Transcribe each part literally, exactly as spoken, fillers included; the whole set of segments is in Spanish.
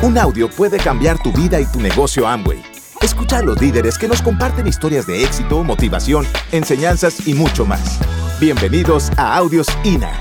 Un audio puede cambiar tu vida y tu negocio Amway. Escucha a los líderes que nos comparten historias de éxito, motivación, enseñanzas y mucho más. Bienvenidos a Audios I N A.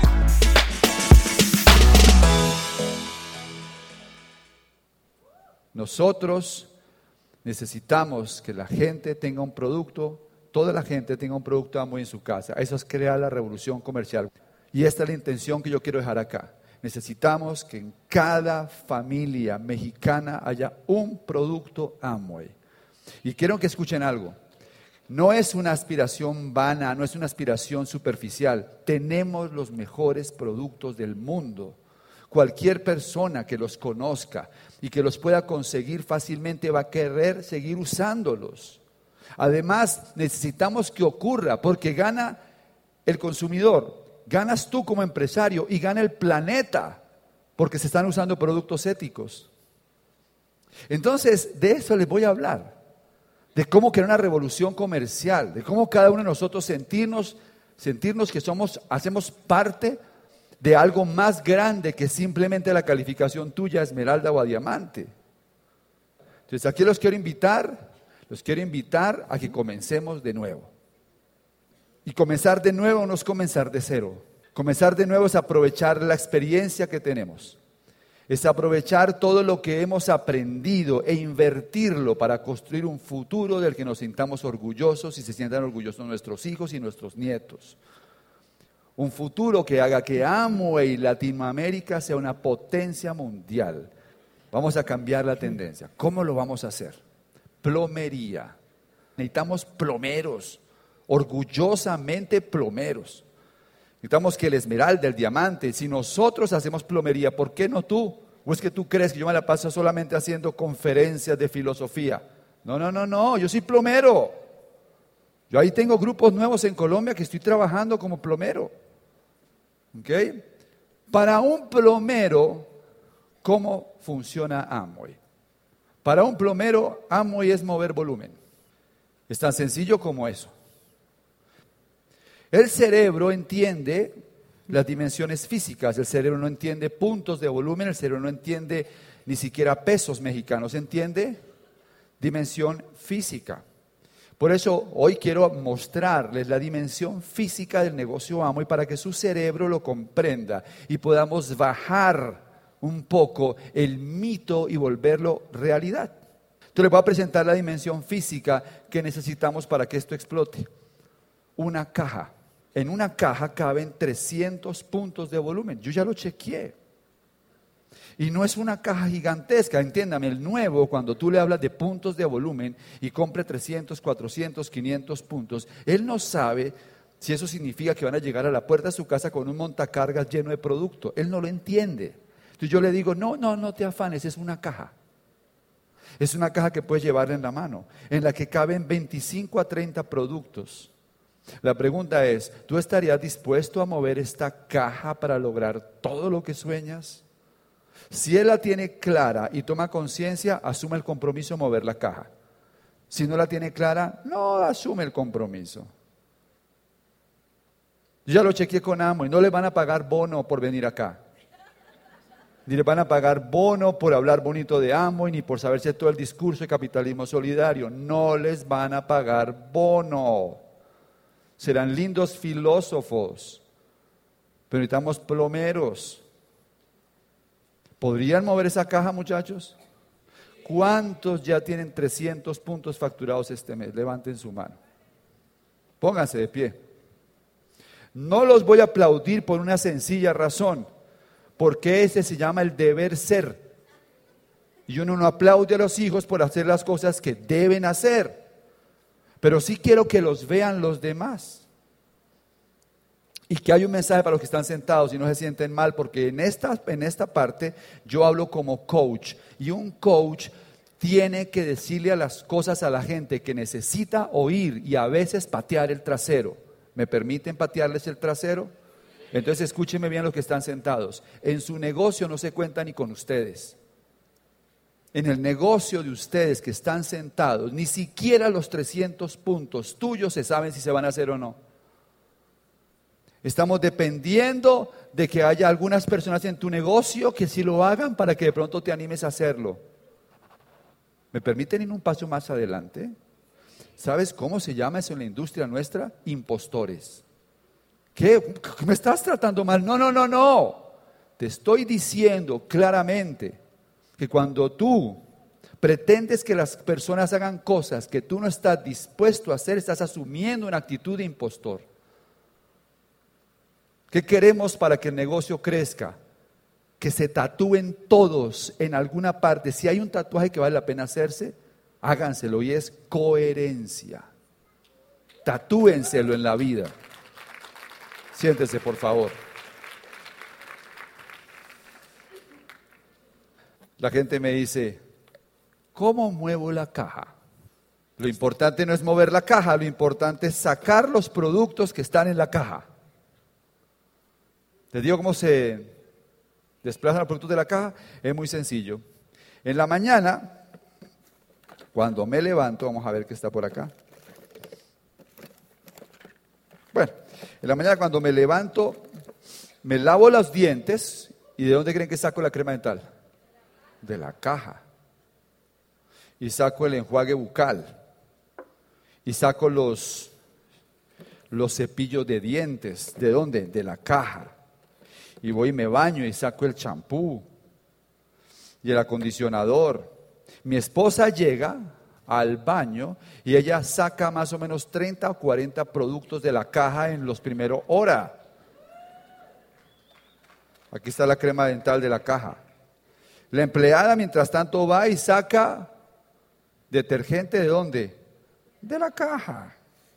Nosotros necesitamos que la gente tenga un producto, toda la gente tenga un producto Amway en su casa. Eso es crear la revolución comercial. Y esta es la intención que yo quiero dejar acá. Necesitamos que en cada familia mexicana haya un producto Amway. Y quiero que escuchen algo. No es una aspiración vana, no es una aspiración superficial. Tenemos los mejores productos del mundo. Cualquier persona que los conozca y que los pueda conseguir fácilmente va a querer seguir usándolos. Además, necesitamos que ocurra porque gana el consumidor. Ganas tú como empresario y gana el planeta porque se están usando productos éticos. Entonces, de eso les voy a hablar, de cómo crear una revolución comercial, de cómo cada uno de nosotros sentirnos, sentirnos que somos, hacemos parte de algo más grande que simplemente la calificación tuya, esmeralda o a diamante. Entonces, aquí los quiero invitar, los quiero invitar a que comencemos de nuevo. Y comenzar de nuevo no es comenzar de cero. Comenzar de nuevo es aprovechar la experiencia que tenemos. Es aprovechar todo lo que hemos aprendido e invertirlo para construir un futuro del que nos sintamos orgullosos y se sientan orgullosos nuestros hijos y nuestros nietos. Un futuro que haga que Amway Latinoamérica sea una potencia mundial. Vamos a cambiar la tendencia. ¿Cómo lo vamos a hacer? Plomería. Necesitamos plomeros. Orgullosamente plomeros. Necesitamos que el esmeralda, el diamante, si nosotros hacemos plomería, ¿por qué no tú? ¿O es que tú crees que yo me la paso solamente haciendo conferencias de filosofía? No, no, no, no, yo soy plomero. Yo ahí tengo grupos nuevos en Colombia que estoy trabajando como plomero. ¿Ok? Para un plomero, ¿cómo funciona Amway? Para un plomero, Amway es mover volumen. Es tan sencillo como eso. El cerebro entiende las dimensiones físicas, el cerebro no entiende puntos de volumen, el cerebro no entiende ni siquiera pesos mexicanos, entiende dimensión física. Por eso hoy quiero mostrarles la dimensión física del negocio Amway para que su cerebro lo comprenda y podamos bajar un poco el mito y volverlo realidad. Entonces les voy a presentar la dimensión física que necesitamos para que esto explote. Una caja. En una caja caben trescientos puntos de volumen. Yo ya lo chequeé. Y no es una caja gigantesca, entiéndame, el nuevo, cuando tú le hablas de puntos de volumen y compre trescientos, cuatrocientos, quinientos puntos, él no sabe si eso significa que van a llegar a la puerta de su casa con un montacargas lleno de producto. Él no lo entiende. Entonces yo le digo, no, no, no te afanes, es una caja. Es una caja que puedes llevar en la mano, en la que caben veinticinco a treinta productos. La pregunta es, ¿tú estarías dispuesto a mover esta caja para lograr todo lo que sueñas? Si él la tiene clara y toma conciencia, asume el compromiso de mover la caja. Si no la tiene clara, no asume el compromiso. Yo ya lo chequeé con Amway, no le van a pagar bono por venir acá. Ni le van a pagar bono por hablar bonito de Amway, ni por saberse todo el discurso de capitalismo solidario. No les van a pagar bono. Serán lindos filósofos, pero necesitamos plomeros. ¿Podrían mover esa caja, muchachos? ¿Cuántos ya tienen trescientos puntos facturados este mes? Levanten su mano. Pónganse de pie. No los voy a aplaudir por una sencilla razón, porque ese se llama el deber ser. Y uno no aplaude a los hijos por hacer las cosas que deben hacer. Pero sí quiero que los vean los demás. Y que hay un mensaje para los que están sentados y no se sienten mal, porque en esta, en esta parte yo hablo como coach. Y un coach tiene que decirle a las cosas a la gente que necesita oír y a veces patear el trasero. ¿Me permiten patearles el trasero? Entonces escúchenme bien los que están sentados. En su negocio no se cuenta ni con ustedes. En el negocio de ustedes que están sentados, ni siquiera los trescientos puntos tuyos se saben si se van a hacer o no. Estamos dependiendo de que haya algunas personas en tu negocio que sí lo hagan para que de pronto te animes a hacerlo. ¿Me permiten ir un paso más adelante? ¿Sabes cómo se llama eso en la industria nuestra? Impostores. ¿Qué? ¿Me estás tratando mal? No, no, no, no. Te estoy diciendo claramente que cuando tú pretendes que las personas hagan cosas que tú no estás dispuesto a hacer, estás asumiendo una actitud de impostor. ¿Qué queremos para que el negocio crezca? Que se tatúen todos en alguna parte. Si hay un tatuaje que vale la pena hacerse, háganselo, y es coherencia. Tatúenselo en la vida. Siéntese, por favor. La gente me dice, ¿cómo muevo la caja? Lo importante no es mover la caja, lo importante es sacar los productos que están en la caja. ¿Les digo cómo se desplazan los productos de la caja? Es muy sencillo. En la mañana, cuando me levanto, vamos a ver qué está por acá. Bueno, en la mañana cuando me levanto, me lavo los dientes. ¿Y de dónde creen que saco la crema dental? De la caja. Y saco el enjuague bucal. Y saco los, los cepillos de dientes. ¿De dónde? De la caja. Y voy y me baño y saco el champú y el acondicionador. Mi esposa llega al baño y ella saca más o menos treinta o cuarenta productos de la caja en los primeros horas. Aquí está la crema dental de la caja. La empleada mientras tanto va y saca detergente. ¿De dónde? De la caja.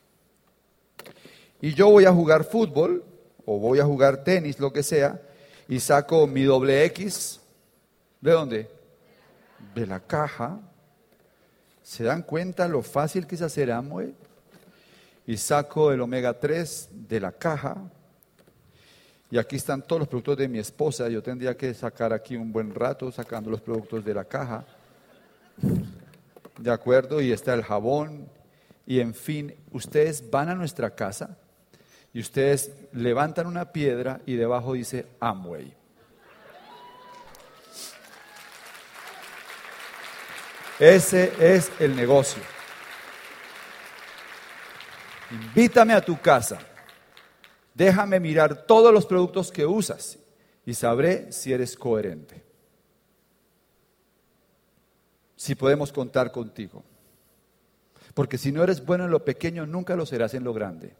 Y yo voy a jugar fútbol o voy a jugar tenis, lo que sea, y saco mi doble X. ¿De dónde? De la caja. ¿Se dan cuenta lo fácil que es hacer Amway? Y saco el omega tres de la caja. Y aquí están todos los productos de mi esposa. Yo tendría que sacar aquí un buen rato sacando los productos de la caja. ¿De acuerdo? Y está el jabón. Y en fin, ustedes van a nuestra casa y ustedes levantan una piedra y debajo dice Amway. Ese es el negocio. Invítame a tu casa. Déjame mirar todos los productos que usas y sabré si eres coherente. Si podemos contar contigo. Porque si no eres bueno en lo pequeño, nunca lo serás en lo grande.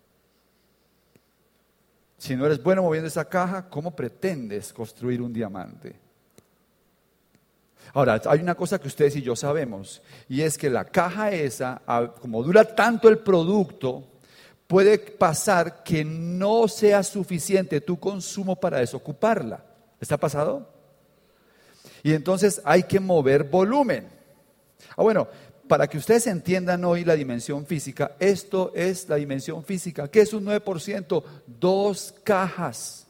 Si no eres bueno moviendo esa caja, ¿cómo pretendes construir un diamante? Ahora, hay una cosa que ustedes y yo sabemos, y es que la caja esa, como dura tanto el producto, puede pasar que no sea suficiente tu consumo para desocuparla. ¿Está pasado? Y entonces hay que mover volumen. Ah, bueno, para que ustedes entiendan hoy la dimensión física, esto es la dimensión física. ¿Qué es un nueve por ciento? Dos cajas.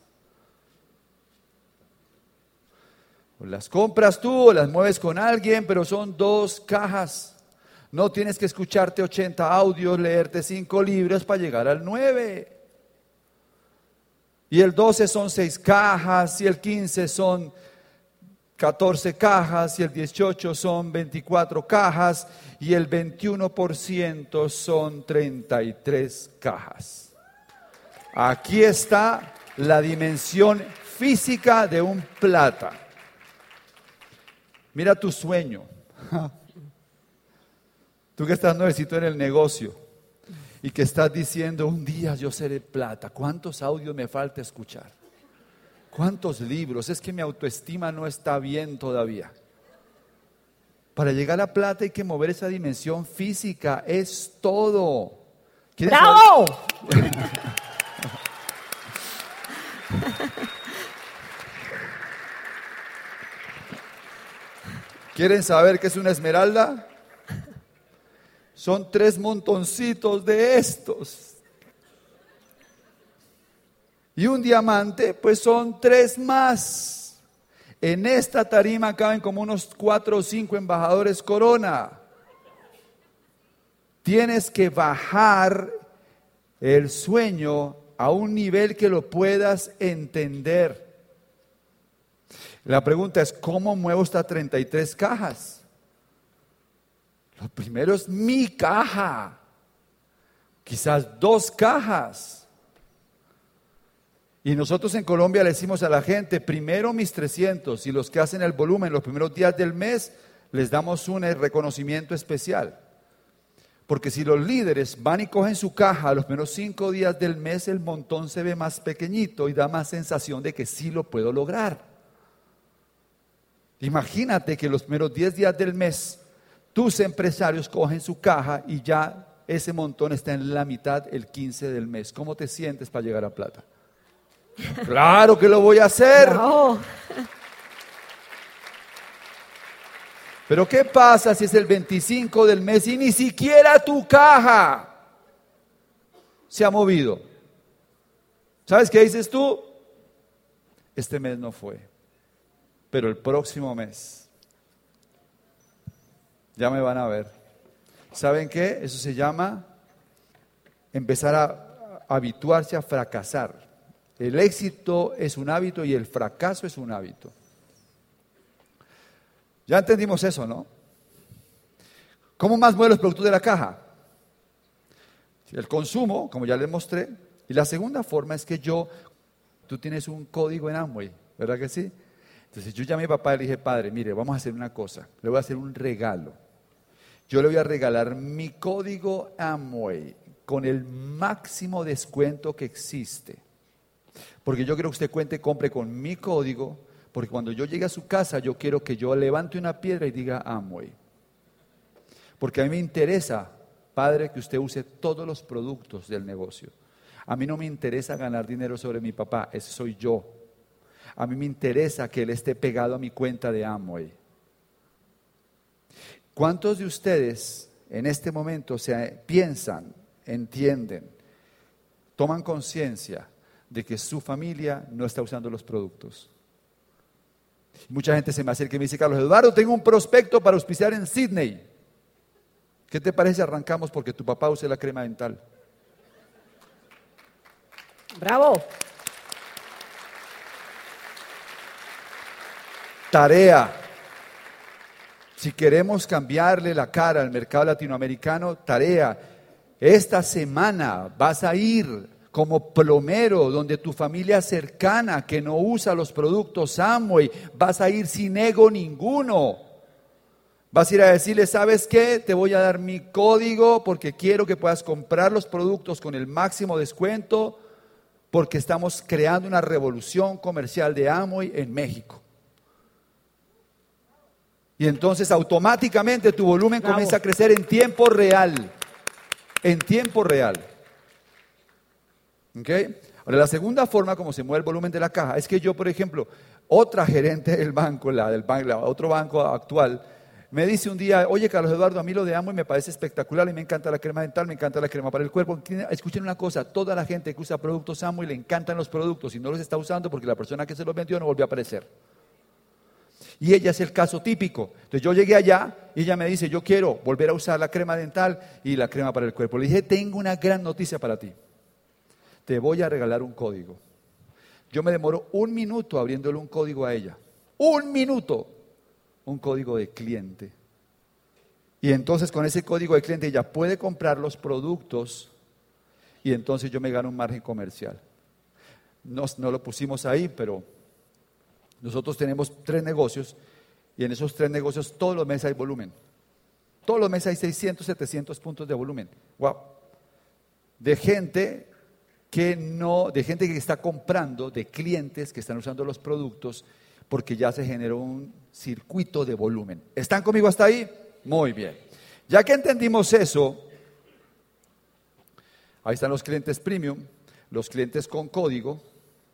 O las compras tú o las mueves con alguien, pero son dos cajas. No tienes que escucharte ochenta audios, leerte cinco libros para llegar al nueve. Y el doce son seis cajas, y el quince son catorce cajas, y el dieciocho son veinticuatro cajas, y el veintiuno por ciento son treinta y tres cajas. Aquí está la dimensión física de un plata. Mira tu sueño. Tú que estás nuevecito en el negocio y que estás diciendo, un día yo seré plata. ¿Cuántos audios me falta escuchar? ¿Cuántos libros? Es que mi autoestima no está bien todavía. Para llegar a plata hay que mover esa dimensión física. Es todo. ¡Bravo! Saber? ¿Quieren saber qué es una esmeralda? Son tres montoncitos de estos. Y un diamante, pues son tres más. En esta tarima caben como unos cuatro o cinco embajadores corona. Tienes que bajar el sueño a un nivel que lo puedas entender. La pregunta es, ¿cómo muevo estas treinta y tres cajas? Lo primero es mi caja, quizás dos cajas. Y nosotros en Colombia le decimos a la gente, primero mis trescientos, y los que hacen el volumen los primeros días del mes, les damos un reconocimiento especial. Porque si los líderes van y cogen su caja los primeros cinco días del mes, el montón se ve más pequeñito y da más sensación de que sí lo puedo lograr. Imagínate que los primeros diez días del mes, tus empresarios cogen su caja y ya ese montón está en la mitad el quince del mes. ¿Cómo te sientes para llegar a plata? ¡Claro que lo voy a hacer! No. Pero ¿qué pasa si es el veinticinco del mes y ni siquiera tu caja se ha movido? ¿Sabes qué dices tú? Este mes no fue, pero el próximo mes ya me van a ver. ¿Saben qué? Eso se llama empezar a habituarse a fracasar. El éxito es un hábito y el fracaso es un hábito. Ya entendimos eso, ¿no? ¿Cómo más mueven los productos de la caja? El consumo, como ya les mostré. Y la segunda forma es que yo, tú tienes un código en Amway, ¿verdad que sí? Entonces yo llamé a mi papá y le dije, padre, mire, vamos a hacer una cosa. Le voy a hacer un regalo. Yo le voy a regalar mi código Amway con el máximo descuento que existe. Porque yo quiero que usted cuente, compre con mi código. Porque cuando yo llegue a su casa, yo quiero que yo levante una piedra y diga Amway. Porque a mí me interesa, padre, que usted use todos los productos del negocio. A mí no me interesa ganar dinero sobre mi papá, ese soy yo. A mí me interesa que él esté pegado a mi cuenta de Amway. ¿Cuántos de ustedes en este momento se piensan, entienden, toman conciencia de que su familia no está usando los productos? Mucha gente se me acerca y me dice, Carlos Eduardo, tengo un prospecto para auspiciar en Sydney. ¿Qué te parece si arrancamos porque tu papá use la crema dental? Bravo. Tarea. Si queremos cambiarle la cara al mercado latinoamericano, tarea. Esta semana vas a ir como plomero, donde tu familia cercana que no usa los productos Amway, vas a ir sin ego ninguno. Vas a ir a decirle, ¿sabes qué? Te voy a dar mi código porque quiero que puedas comprar los productos con el máximo descuento, porque estamos creando una revolución comercial de Amway en México. Y entonces automáticamente tu volumen Bravo. Comienza a crecer en tiempo real. En tiempo real. ¿Okay? Ahora, la segunda forma como se mueve el volumen de la caja es que yo, por ejemplo, otra gerente del banco, la del banco, la, otro banco actual, me dice un día, oye Carlos Eduardo, a mí lo de Amway me parece espectacular y me encanta la crema dental, me encanta la crema para el cuerpo. Escuchen una cosa, toda la gente que usa productos Amway le encantan los productos y no los está usando porque la persona que se los vendió no volvió a aparecer. Y ella es el caso típico. Entonces yo llegué allá y ella me dice, yo quiero volver a usar la crema dental y la crema para el cuerpo. Le dije, tengo una gran noticia para ti. Te voy a regalar un código. Yo me demoro un minuto abriéndole un código a ella. Un minuto. Un código de cliente. Y entonces con ese código de cliente ella puede comprar los productos y entonces yo me gano un margen comercial. No, no lo pusimos ahí, pero nosotros tenemos tres negocios y en esos tres negocios todos los meses hay volumen. Todos los meses hay seiscientos, setecientos puntos de volumen. Wow. De gente que no, de gente que está comprando, de clientes que están usando los productos porque ya se generó un circuito de volumen. ¿Están conmigo hasta ahí? Muy bien. Ya que entendimos eso, ahí están los clientes premium, los clientes con código.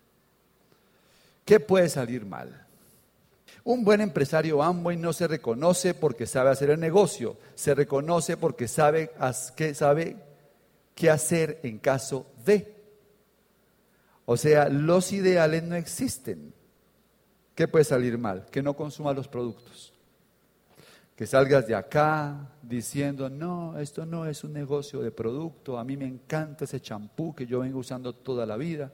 ¿Qué puede salir mal? Un buen empresario Amway no se reconoce porque sabe hacer el negocio, se reconoce porque sabe, que sabe qué hacer en caso de. O sea, los ideales no existen. ¿Qué puede salir mal? Que no consuma los productos. Que salgas de acá diciendo, no, esto no es un negocio de producto, a mí me encanta ese champú que yo vengo usando toda la vida.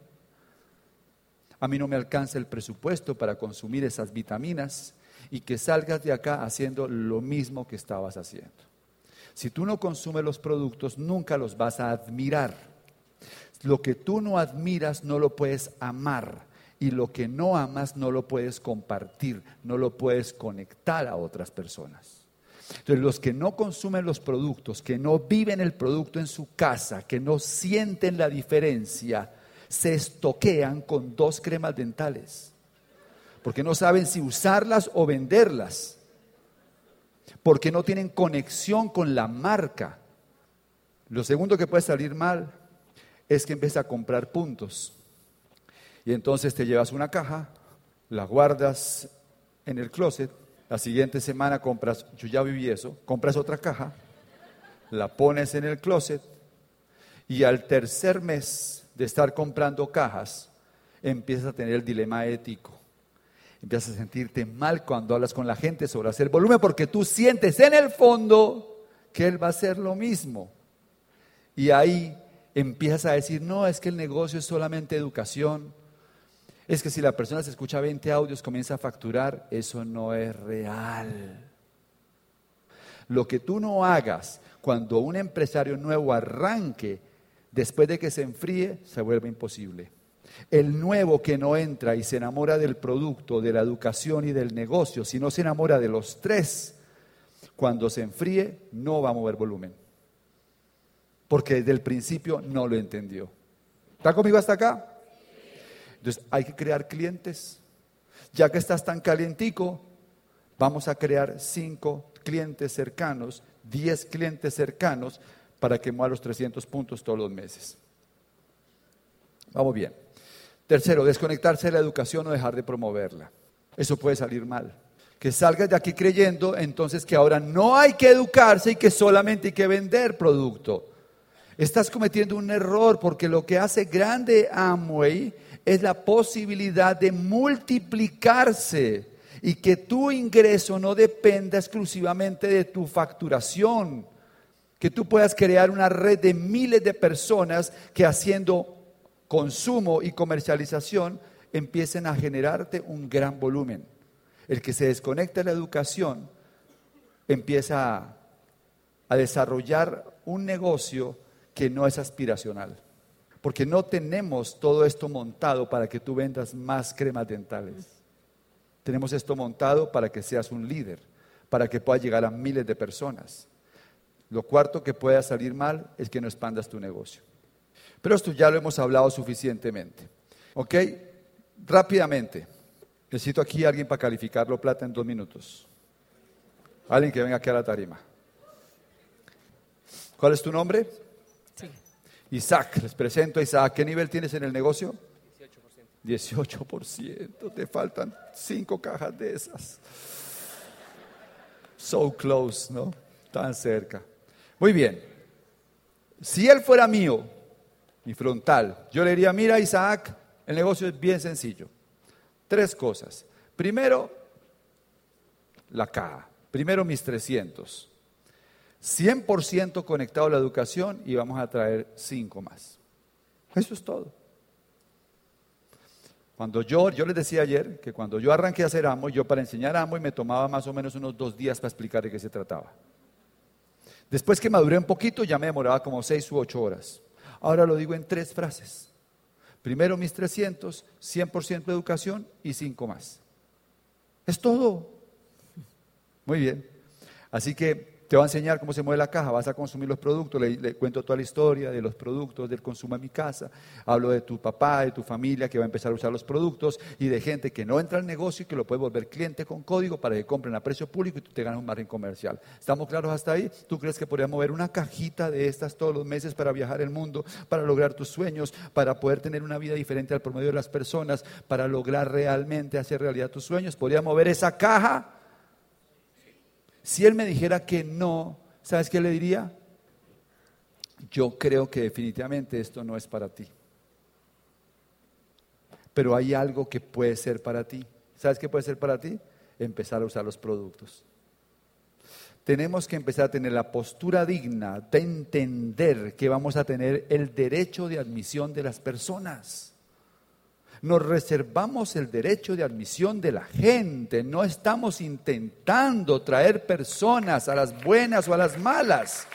A mí no me alcanza el presupuesto para consumir esas vitaminas, y que salgas de acá haciendo lo mismo que estabas haciendo. Si tú no consumes los productos, nunca los vas a admirar. Lo que tú no admiras no lo puedes amar, y lo que no amas no lo puedes compartir, no lo puedes conectar a otras personas. Entonces, los que no consumen los productos, que no viven el producto en su casa, que no sienten la diferencia, se estoquean con dos cremas dentales, porque no saben si usarlas o venderlas, porque no tienen conexión con la marca. Lo segundo que puede salir mal es que empiezas a comprar puntos, y entonces te llevas una caja, la guardas en el closet, la siguiente semana compras, yo ya viví eso, compras otra caja, la pones en el closet, y al tercer mes de estar comprando cajas, empiezas a tener el dilema ético. Empiezas a sentirte mal cuando hablas con la gente sobre hacer volumen, porque tú sientes en el fondo que él va a hacer lo mismo. Y ahí empiezas a decir, no, es que el negocio es solamente educación. Es que si la persona se escucha veinte audios, comienza a facturar. Eso no es real. Lo que tú no hagas cuando un empresario nuevo arranque, después de que se enfríe, se vuelve imposible. El nuevo que no entra y se enamora del producto, de la educación y del negocio, si no se enamora de los tres, cuando se enfríe no va a mover volumen, porque desde el principio no lo entendió. ¿Está conmigo hasta acá? Entonces hay que crear clientes. Ya que estás tan calientico, vamos a crear cinco clientes cercanos, diez clientes cercanos, para que mueva los trescientos puntos todos los meses. Vamos bien. Tercero, desconectarse de la educación o dejar de promoverla. Eso puede salir mal. Que salgas de aquí creyendo entonces que ahora no hay que educarse y que solamente hay que vender producto. Estás cometiendo un error, porque lo que hace grande Amway es la posibilidad de multiplicarse y que tu ingreso no dependa exclusivamente de tu facturación. Que tú puedas crear una red de miles de personas que haciendo consumo y comercialización empiecen a generarte un gran volumen. El que se desconecta de la educación empieza a, a desarrollar un negocio que no es aspiracional, porque no tenemos todo esto montado para que tú vendas más cremas dentales. Tenemos esto montado para que seas un líder, para que puedas llegar a miles de personas. Lo cuarto que pueda salir mal es que no expandas tu negocio. Pero esto ya lo hemos hablado suficientemente. ¿Ok? Rápidamente. Necesito aquí a alguien para calificarlo plata en dos minutos. Alguien que venga aquí a la tarima. ¿Cuál es tu nombre? Sí. Isaac. Les presento a Isaac. ¿Qué nivel tienes en el negocio? dieciocho por ciento. dieciocho por ciento. Te faltan cinco cajas de esas. So close, ¿no? Tan cerca. Muy bien. Si él fuera mío, mi frontal, yo le diría, mira Isaac, el negocio es bien sencillo. Tres cosas. Primero, la caja. Primero mis trescientos. cien por ciento conectado a la educación y vamos a traer cinco más. Eso es todo. Cuando yo, yo les decía ayer que cuando yo arranqué a hacer Amway, yo para enseñar Amway me tomaba más o menos unos dos días para explicar de qué se trataba. Después que maduré un poquito ya me demoraba como seis u ocho horas. Ahora lo digo en tres frases. Primero mis trescientos, cien por ciento de educación y cinco más. Es todo. Muy bien. Así que te voy a enseñar cómo se mueve la caja, vas a consumir los productos, le, le cuento toda la historia de los productos, del consumo en mi casa, hablo de tu papá, de tu familia que va a empezar a usar los productos y de gente que no entra al negocio y que lo puede volver cliente con código para que compren a precio público y tú te ganas un margen comercial. ¿Estamos claros hasta ahí? ¿Tú crees que podrías mover una cajita de estas todos los meses para viajar el mundo, para lograr tus sueños, para poder tener una vida diferente al promedio de las personas, para lograr realmente hacer realidad tus sueños? ¿Podrías mover esa caja? Si él me dijera que no, ¿sabes qué le diría? Yo creo que definitivamente esto no es para ti. Pero hay algo que puede ser para ti. ¿Sabes qué puede ser para ti? Empezar a usar los productos. tenemos que empezar a tener la postura digna de entender que vamos a tener el derecho de admisión de las personas. Nos reservamos el derecho de admisión de la gente. No estamos intentando traer personas a las buenas o a las malas.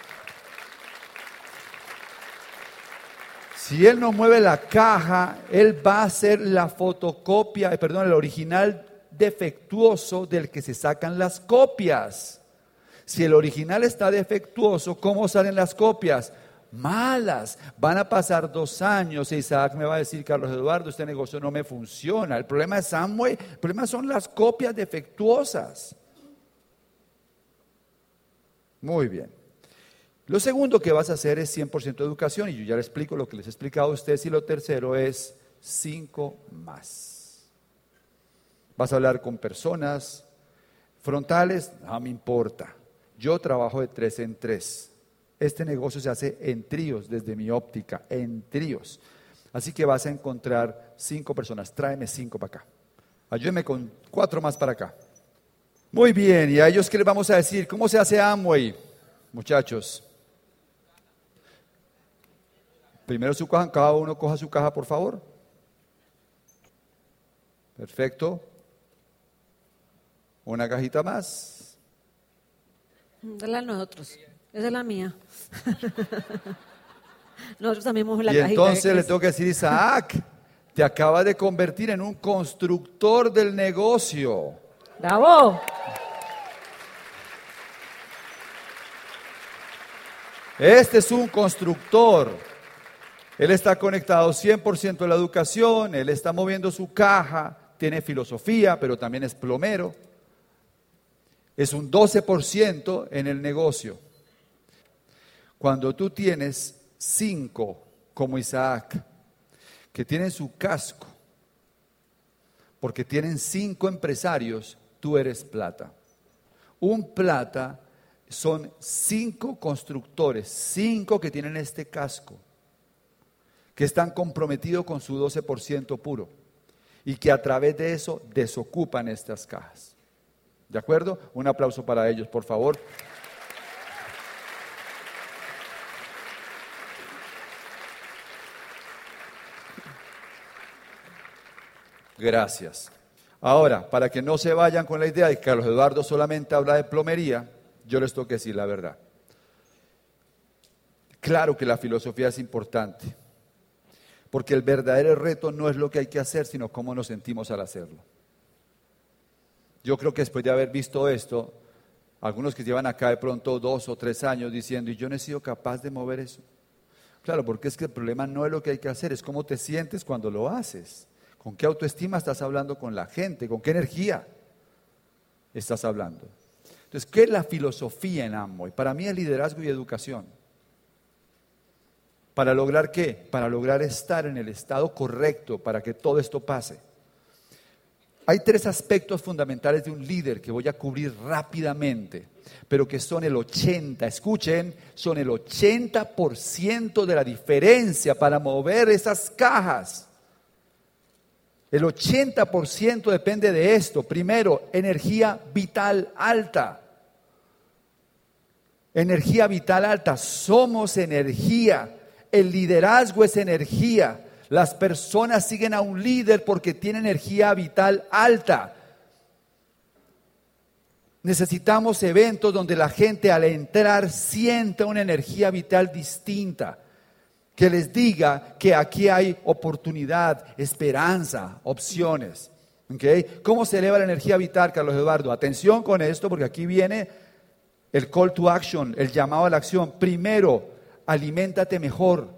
Si Él no mueve la caja, Él va a hacer la fotocopia, eh, perdón, el original defectuoso del que se sacan las copias. Si el original está defectuoso, ¿cómo salen las copias? Malas. Van a pasar dos años y Isaac me va a decir: Carlos Eduardo, este negocio no me funciona. El problema es Amway, el problema son las copias defectuosas. Muy bien. Lo segundo que vas a hacer es cien por ciento educación, y yo ya le explico lo que les he explicado a ustedes. Y lo tercero es cinco más. Vas a hablar con personas frontales, no me importa. Yo trabajo de tres en tres. Este negocio se hace en tríos, desde mi óptica, en tríos. Así que vas a encontrar cinco personas. Tráeme cinco para acá. Ayúdeme con cuatro más para acá. Muy bien, ¿y a ellos qué les vamos a decir? ¿Cómo se hace Amway, muchachos? Primero su caja, cada uno coja su caja, por favor. Perfecto. Una cajita más. Dale a nosotros. Esa es la mía. Nosotros también movemos la y cajita. Y entonces le tengo que decir: Isaac, te acabas de convertir en un constructor del negocio. ¡Bravo! Este es un constructor. Él está conectado cien por ciento a la educación, él está moviendo su caja, tiene filosofía, pero también es plomero. Es un doce por ciento en el negocio. Cuando tú tienes cinco, como Isaac, que tienen su casco, porque tienen cinco empresarios, tú eres plata. Un plata son cinco constructores, cinco que tienen este casco, que están comprometidos con su doce por ciento puro y que a través de eso desocupan estas cajas. ¿De acuerdo? Un aplauso para ellos, por favor. Gracias. Ahora, para que no se vayan con la idea de que Carlos Eduardo solamente habla de plomería, yo les tengo que decir la verdad. Claro que la filosofía es importante, porque el verdadero reto no es lo que hay que hacer, sino cómo nos sentimos al hacerlo. Yo creo que después de haber visto esto, algunos que llevan acá de pronto dos o tres años diciendo: y yo no he sido capaz de mover eso. Claro, porque es que el problema no es lo que hay que hacer, es cómo te sientes cuando lo haces. ¿Con qué autoestima estás hablando con la gente? ¿Con qué energía estás hablando? Entonces, ¿qué es la filosofía en Amway? Para mí es liderazgo y educación. ¿Para lograr qué? Para lograr estar en el estado correcto para que todo esto pase. Hay tres aspectos fundamentales de un líder que voy a cubrir rápidamente, pero que son el ochenta, escuchen, son el ochenta por ciento de la diferencia para mover esas cajas. El ochenta por ciento depende de esto. Primero, energía vital alta. Energía vital alta. Somos energía. El liderazgo es energía. Las personas siguen a un líder porque tiene energía vital alta. Necesitamos eventos donde la gente al entrar sienta una energía vital distinta, que les diga que aquí hay oportunidad, esperanza, opciones. ¿Okay? ¿Cómo se eleva la energía vital, Carlos Eduardo? Atención con esto, porque aquí viene el call to action, el llamado a la acción. Primero, aliméntate mejor.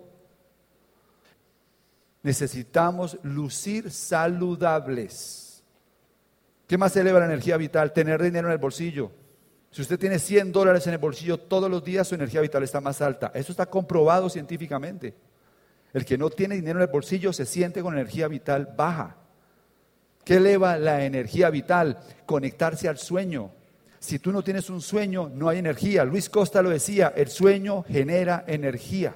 Necesitamos lucir saludables. ¿Qué más eleva la energía vital? Tener dinero en el bolsillo. Si usted tiene cien dólares en el bolsillo todos los días, su energía vital está más alta. Eso está comprobado científicamente. El que no tiene dinero en el bolsillo se siente con energía vital baja. ¿Qué eleva la energía vital? Conectarse al sueño. Si tú no tienes un sueño, no hay energía. Luis Costa lo decía, el sueño genera energía.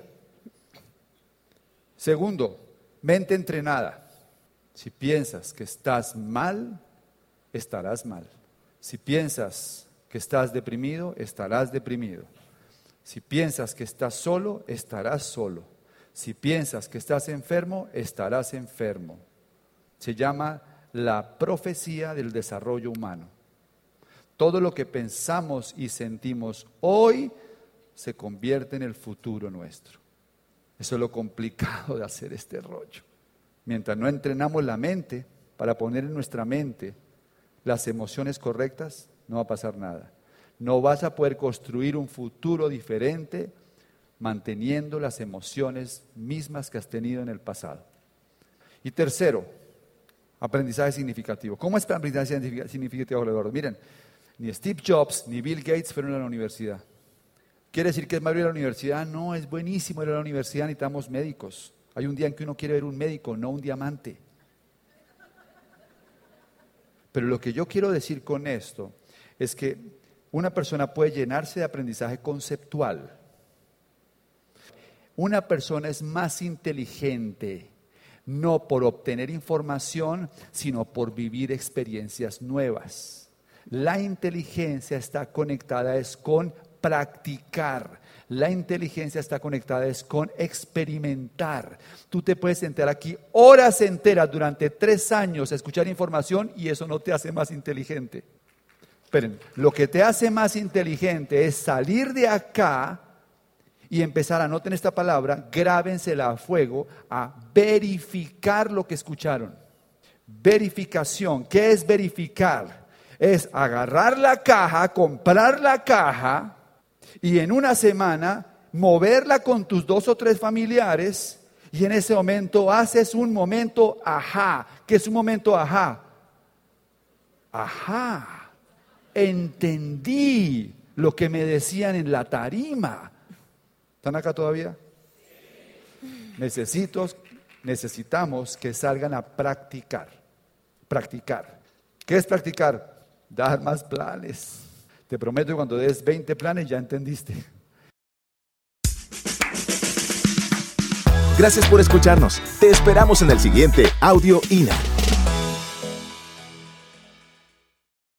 Segundo, mente entrenada. Si piensas que estás mal, estarás mal. Si piensas que estás deprimido, estarás deprimido. Si piensas que estás solo, estarás solo. Si piensas que estás enfermo, estarás enfermo. Se llama la profecía del desarrollo humano. Todo lo que pensamos y sentimos hoy se convierte en el futuro nuestro. Eso es lo complicado de hacer este rollo. Mientras no entrenamos la mente para poner en nuestra mente las emociones correctas, no va a pasar nada. No vas a poder construir un futuro diferente manteniendo las emociones mismas que has tenido en el pasado. Y tercero, aprendizaje significativo. ¿Cómo es aprendizaje significativo, Eduardo? Miren, ni Steve Jobs ni Bill Gates fueron a la universidad. ¿Quiere decir que es malo ir a la universidad? No, es buenísimo ir a la universidad, necesitamos médicos. Hay un día en que uno quiere ver un médico, no un diamante. Pero lo que yo quiero decir con esto es que una persona puede llenarse de aprendizaje conceptual. Una persona es más inteligente, no por obtener información, sino por vivir experiencias nuevas. La inteligencia está conectada es con practicar. La inteligencia está conectada es con experimentar. Tú te puedes sentar aquí horas enteras durante tres años a escuchar información y eso no te hace más inteligente. Esperen, lo que te hace más inteligente es salir de acá y empezar, anoten esta palabra, grábensela a fuego, a verificar lo que escucharon. Verificación. ¿Qué es verificar? Es agarrar la caja, comprar la caja y en una semana moverla con tus dos o tres familiares y en ese momento haces un momento ajá. ¿Qué es un momento ajá? Ajá. Entendí lo que me decían en la tarima. ¿Están acá todavía? Necesito, necesitamos que salgan a practicar. Practicar. ¿Qué es practicar? Dar más planes. Te prometo que cuando des veinte planes ya entendiste. Gracias por escucharnos. Te esperamos en el siguiente Audio I N A.